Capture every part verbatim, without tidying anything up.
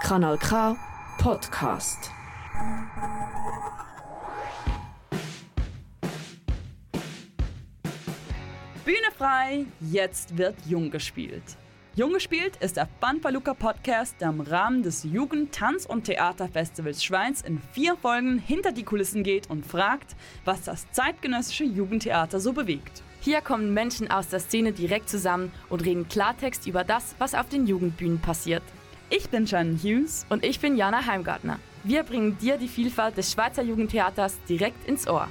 Kanal K Podcast. Bühne frei, jetzt wird Jung gespielt. Jung gespielt ist der Fanfaluca-Podcast, der im Rahmen des Jugend-, Tanz- und Theaterfestivals Schweiz in vier Folgen hinter die Kulissen geht und fragt, was das zeitgenössische Jugendtheater so bewegt. Hier kommen Menschen aus der Szene direkt zusammen und reden Klartext über das, was auf den Jugendbühnen passiert. Ich bin Shannon Hughes. Und ich bin Jana Heimgartner. Wir bringen dir die Vielfalt des Schweizer Jugendtheaters direkt ins Ohr.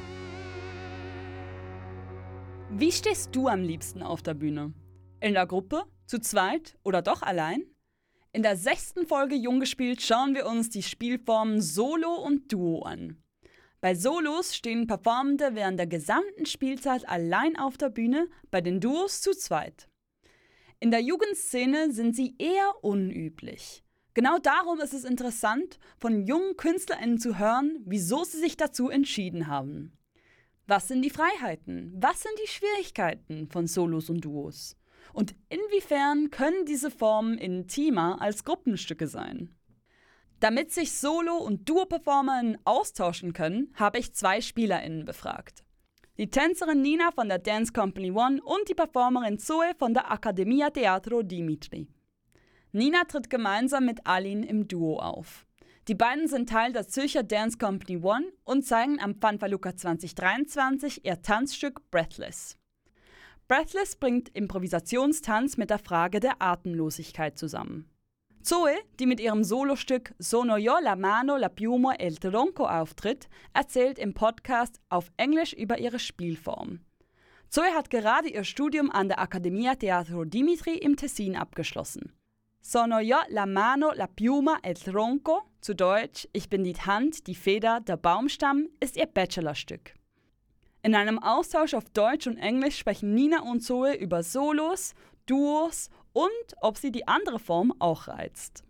Wie stehst du am liebsten auf der Bühne? In der Gruppe? Zu zweit? Oder doch allein? In der sechsten Folge Jung gespielt schauen wir uns die Spielformen Solo und Duo an. Bei Solos stehen Performende während der gesamten Spielzeit allein auf der Bühne, bei den Duos zu zweit. In der Jugendszene sind sie eher unüblich. Genau darum ist es interessant, von jungen KünstlerInnen zu hören, wieso sie sich dazu entschieden haben. Was sind die Freiheiten? Was sind die Schwierigkeiten von Solos und Duos? Und inwiefern können diese Formen intimer als Gruppenstücke sein? Damit sich Solo- und Duo-PerformerInnen austauschen können, habe ich zwei SpielerInnen befragt. Die Tänzerin Nina von der Dance Company One und die Performerin Zoe von der Accademia Teatro Dimitri. Nina tritt gemeinsam mit Alin im Duo auf. Die beiden sind Teil der Zürcher Dance Company One und zeigen am Fanfaluca zwanzig dreiundzwanzig ihr Tanzstück Breathless. Breathless bringt Improvisationstanz mit der Frage der Atemlosigkeit zusammen. Zoe, die mit ihrem Solostück Sono io la mano, la piuma e il tronco auftritt, erzählt im Podcast auf Englisch über ihre Spielform. Zoe hat gerade ihr Studium an der Accademia Teatro Dimitri im Tessin abgeschlossen. Sono io la mano, la piuma e il tronco, zu Deutsch Ich bin die Hand, die Feder, der Baumstamm, ist ihr Bachelorstück. In einem Austausch auf Deutsch und Englisch sprechen Nina und Zoe über Solos, Duos und ob sie die andere Form auch reizt.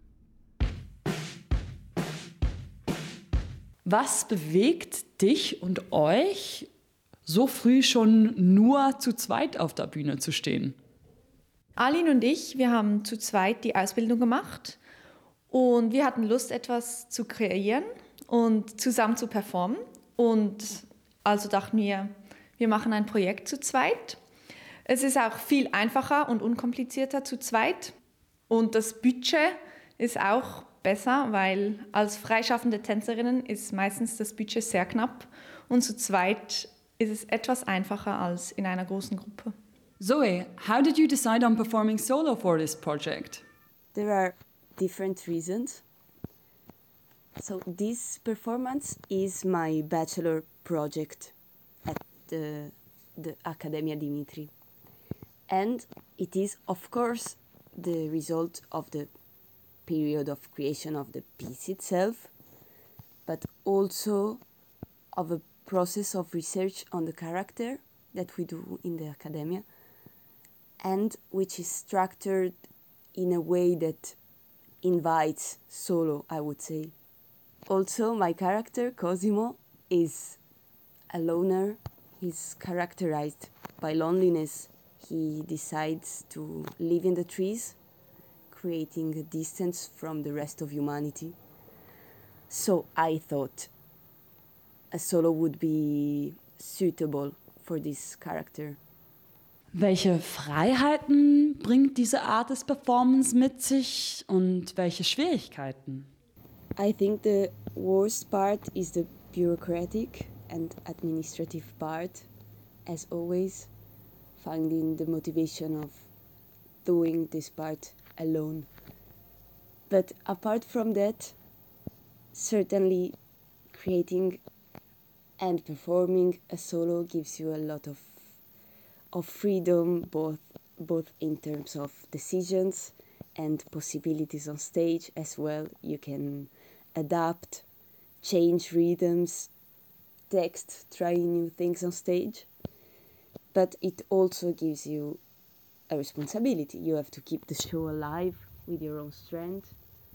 Was bewegt dich und euch, so früh schon nur zu zweit auf der Bühne zu stehen? Alin und ich, wir haben zu zweit die Ausbildung gemacht und wir hatten Lust, etwas zu kreieren und zusammen zu performen. Und also dachten wir, wir machen ein Projekt zu zweit. Es ist auch viel einfacher und unkomplizierter zu zweit. Und das Budget ist auch besser, weil als freischaffende Tänzerinnen ist meistens das Budget sehr knapp. Und zu zweit ist es etwas einfacher als in einer großen Gruppe. Zoe, how did you decide on performing solo for this project? There are different reasons. So this performance is my bachelor project at the, the Accademia Dimitri. And it is, of course, the result of the period of creation of the piece itself, but also of a process of research on the character that we do in the Accademia, and which is structured in a way that invites solo, I would say. Also, my character, Cosimo, is a loner. He's characterized by loneliness. He decides to live in the trees, creating a distance from the rest of humanity. So I thought a solo would be suitable for this character. Welche Freiheiten bringt diese Art des Performance mit sich und welche Schwierigkeiten? I think the worst part is the bureaucratic and administrative part, as always, finding the motivation of doing this part alone. But apart from that, certainly creating and performing a solo gives you a lot of of freedom, both both in terms of decisions and possibilities on stage as well. You can adapt, change rhythms, text, try new things on stage. But it also gives you a responsibility. You have to keep the show alive with your own strength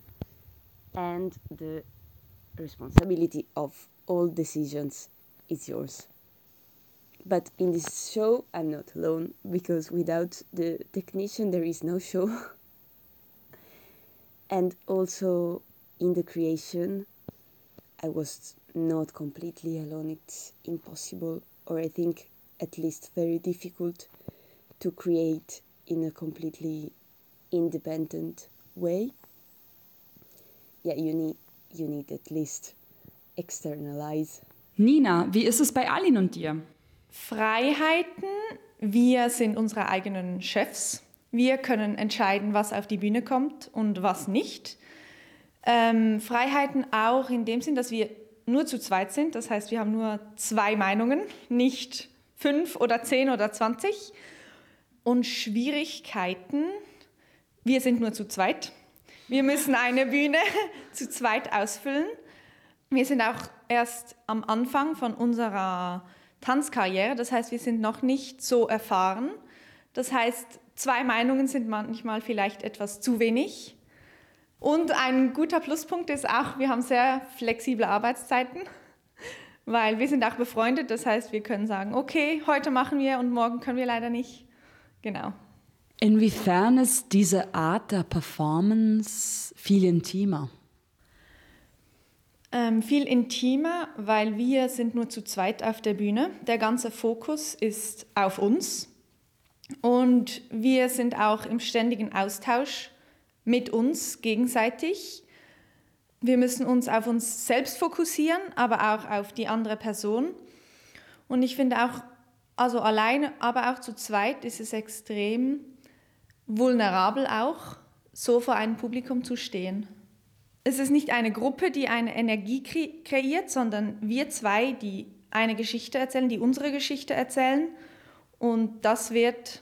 and the responsibility of all decisions is yours. But in this show, I'm not alone, because without the technician, there is no show. And also, in the creation, I was not completely alone. It's impossible, or I think at least very difficult, to create in a completely independent way. Yeah, you need, you need at least external eyes. Nina, wie ist es bei Alin und dir? Freiheiten. Wir sind unsere eigenen Chefs. Wir können entscheiden, was auf die Bühne kommt und was nicht. Ähm, Freiheiten auch in dem Sinn, dass wir nur zu zweit sind. Das heißt, wir haben nur zwei Meinungen, nicht fünf oder zehn oder zwanzig. Und Schwierigkeiten. Wir sind nur zu zweit. Wir müssen eine Bühne zu zweit ausfüllen. Wir sind auch erst am Anfang von unserer Tanzkarriere. Das heißt, wir sind noch nicht so erfahren. Das heißt, zwei Meinungen sind manchmal vielleicht etwas zu wenig. Und ein guter Pluspunkt ist auch, wir haben sehr flexible Arbeitszeiten, weil wir sind auch befreundet. Das heißt, wir können sagen, okay, heute machen wir und morgen können wir leider nicht. Genau. Inwiefern ist diese Art der Performance viel intimer? Ähm, viel intimer, weil wir sind nur zu zweit auf der Bühne. Der ganze Fokus ist auf uns. Und wir sind auch im ständigen Austausch mit uns gegenseitig. Wir müssen uns auf uns selbst fokussieren, aber auch auf die andere Person. Und ich finde auch, also alleine, aber auch zu zweit ist es extrem vulnerabel auch, so vor einem Publikum zu stehen. Es ist nicht eine Gruppe, die eine Energie kre- kreiert, sondern wir zwei, die eine Geschichte erzählen, die unsere Geschichte erzählen. Und das wird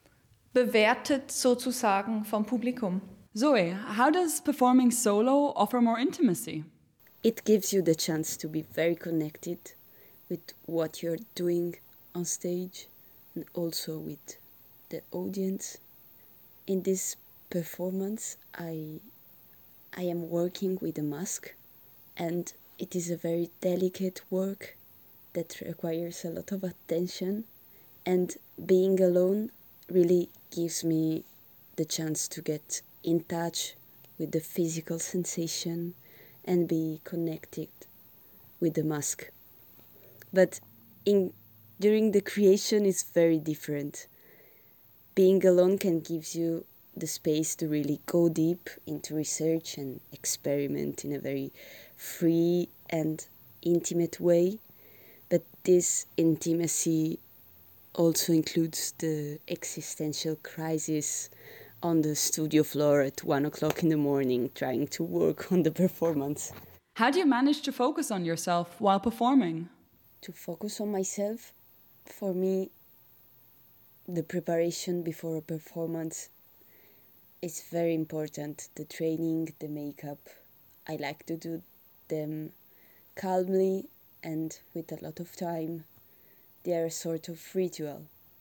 bewertet sozusagen vom Publikum. Zoe, how does performing solo offer more intimacy? It gives you the chance to be very connected with what you're doing on stage and also with the audience. In this performance, I I am working with a mask, and it is a very delicate work that requires a lot of attention, and being alone really gives me the chance to get in touch with the physical sensation and be connected with the mask. But in during the creation is very different. Being alone can give you the space to really go deep into research and experiment in a very free and intimate way. But this intimacy also includes the existential crisis on the studio floor at one o'clock in the morning trying to work on the performance. How do you manage to focus on yourself while performing? To focus on myself, for me, the preparation before a performance is very important. The training, the makeup, I like to do them calmly and with a lot of time. They are a sort of ritual,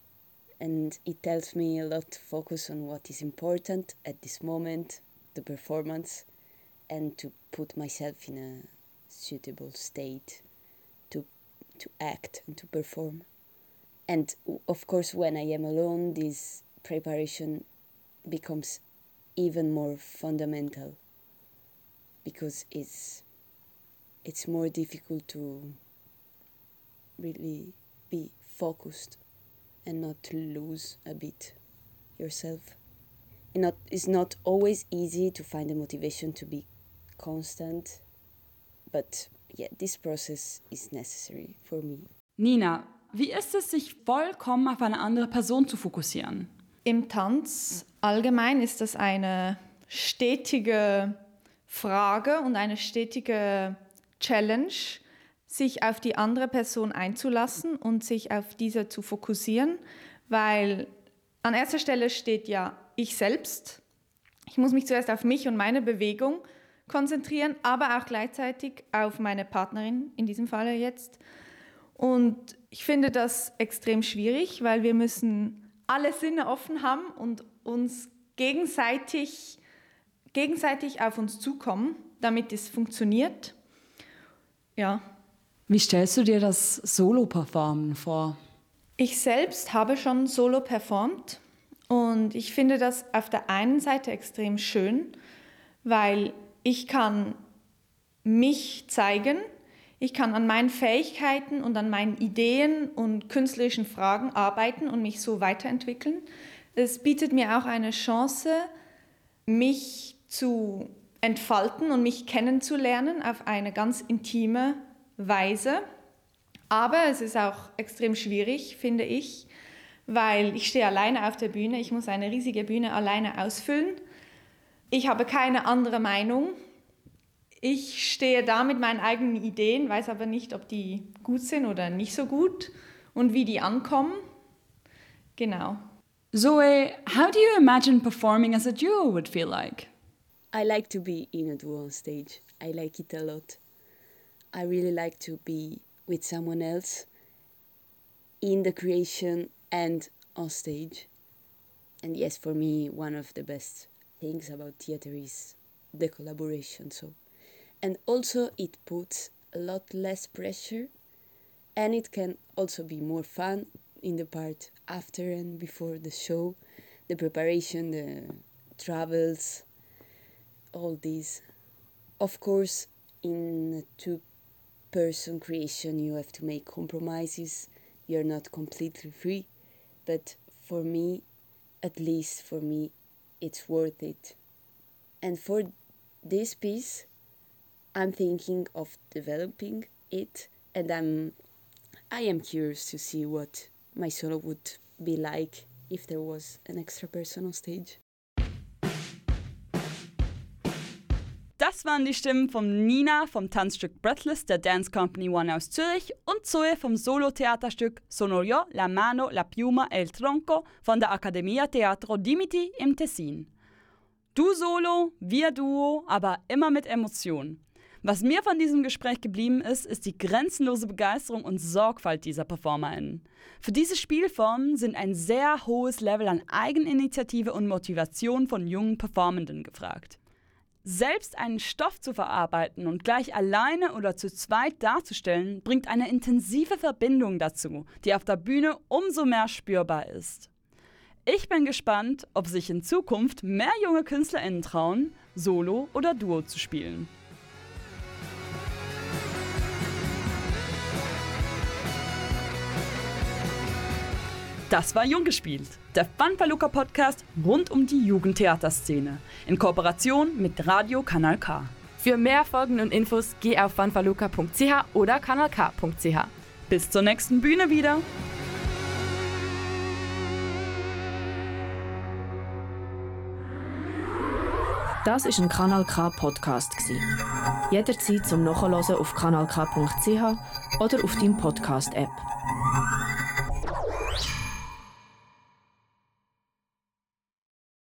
and it tells me a lot to focus on what is important at this moment, the performance, and to put myself in a suitable state to to act and to perform. And of course, when I am alone, this preparation becomes even more fundamental because it's it's more difficult to really be focused and not to lose a bit yourself. And not, it's not always easy to find the motivation to be constant, but yeah, this process is necessary for me. Nina, wie ist es, sich vollkommen auf eine andere Person zu fokussieren? Im Tanz allgemein ist das eine stetige Frage und eine stetige Challenge, sich auf die andere Person einzulassen und sich auf diese zu fokussieren, weil an erster Stelle steht ja ich selbst. Ich muss mich zuerst auf mich und meine Bewegung konzentrieren, aber auch gleichzeitig auf meine Partnerin, in diesem Falle jetzt. Und ich finde das extrem schwierig, weil wir müssen alle Sinne offen haben und uns gegenseitig, gegenseitig auf uns zukommen, damit es funktioniert. Ja. Wie stellst du dir das Solo-Performen vor? Ich selbst habe schon solo performt und ich finde das auf der einen Seite extrem schön, weil ich kann mich zeigen. Ich kann an meinen Fähigkeiten und an meinen Ideen und künstlerischen Fragen arbeiten und mich so weiterentwickeln. Es bietet mir auch eine Chance, mich zu entfalten und mich kennenzulernen auf eine ganz intime Weise. Aber es ist auch extrem schwierig, finde ich, weil ich stehe alleine auf der Bühne. Ich muss eine riesige Bühne alleine ausfüllen. Ich habe keine andere Meinung. Ich stehe da mit meinen eigenen Ideen, weiß aber nicht, ob die gut sind oder nicht so gut und wie die ankommen. Genau. Zoe, how do you imagine performing as a duo would feel like? I like to be in a duo on stage. I like it a lot. I really like to be with someone else in the creation and on stage. And yes, for me, one of the best things about theater is the collaboration. So, and also it puts a lot less pressure, and it can also be more fun in the part after and before the show, the preparation, the travels, all these. Of course, in a two-person creation, you have to make compromises. You're not completely free, but for me, at least for me, it's worth it. And for this piece, I'm thinking of developing it, and I'm, I am curious to see what my solo would be like if there was an extra person on stage. Das waren die Stimmen von Nina vom Tanzstück Breathless der Dance Company One aus Zürich und Zoe vom Solo-Theaterstück Sono io, la mano, la piuma e il tronco von der Accademia Teatro Dimiti im Tessin. Du solo, wir Duo, aber immer mit Emotion. Was mir von diesem Gespräch geblieben ist, ist die grenzenlose Begeisterung und Sorgfalt dieser PerformerInnen. Für diese Spielformen sind ein sehr hohes Level an Eigeninitiative und Motivation von jungen Performenden gefragt. Selbst einen Stoff zu verarbeiten und gleich alleine oder zu zweit darzustellen, bringt eine intensive Verbindung dazu, die auf der Bühne umso mehr spürbar ist. Ich bin gespannt, ob sich in Zukunft mehr junge KünstlerInnen trauen, Solo oder Duo zu spielen. Das war Jung gespielt, der Fanfaluca-Podcast rund um die Jugendtheaterszene, in Kooperation mit Radio Kanal K. Für mehr Folgen und Infos geh auf fanfaluca punkt c h oder kanal k punkt c h. Bis zur nächsten Bühne wieder. Das war ein Kanal K Podcast. Jederzeit zum Nachhören auf kanal k punkt c h oder auf deinem Podcast-App.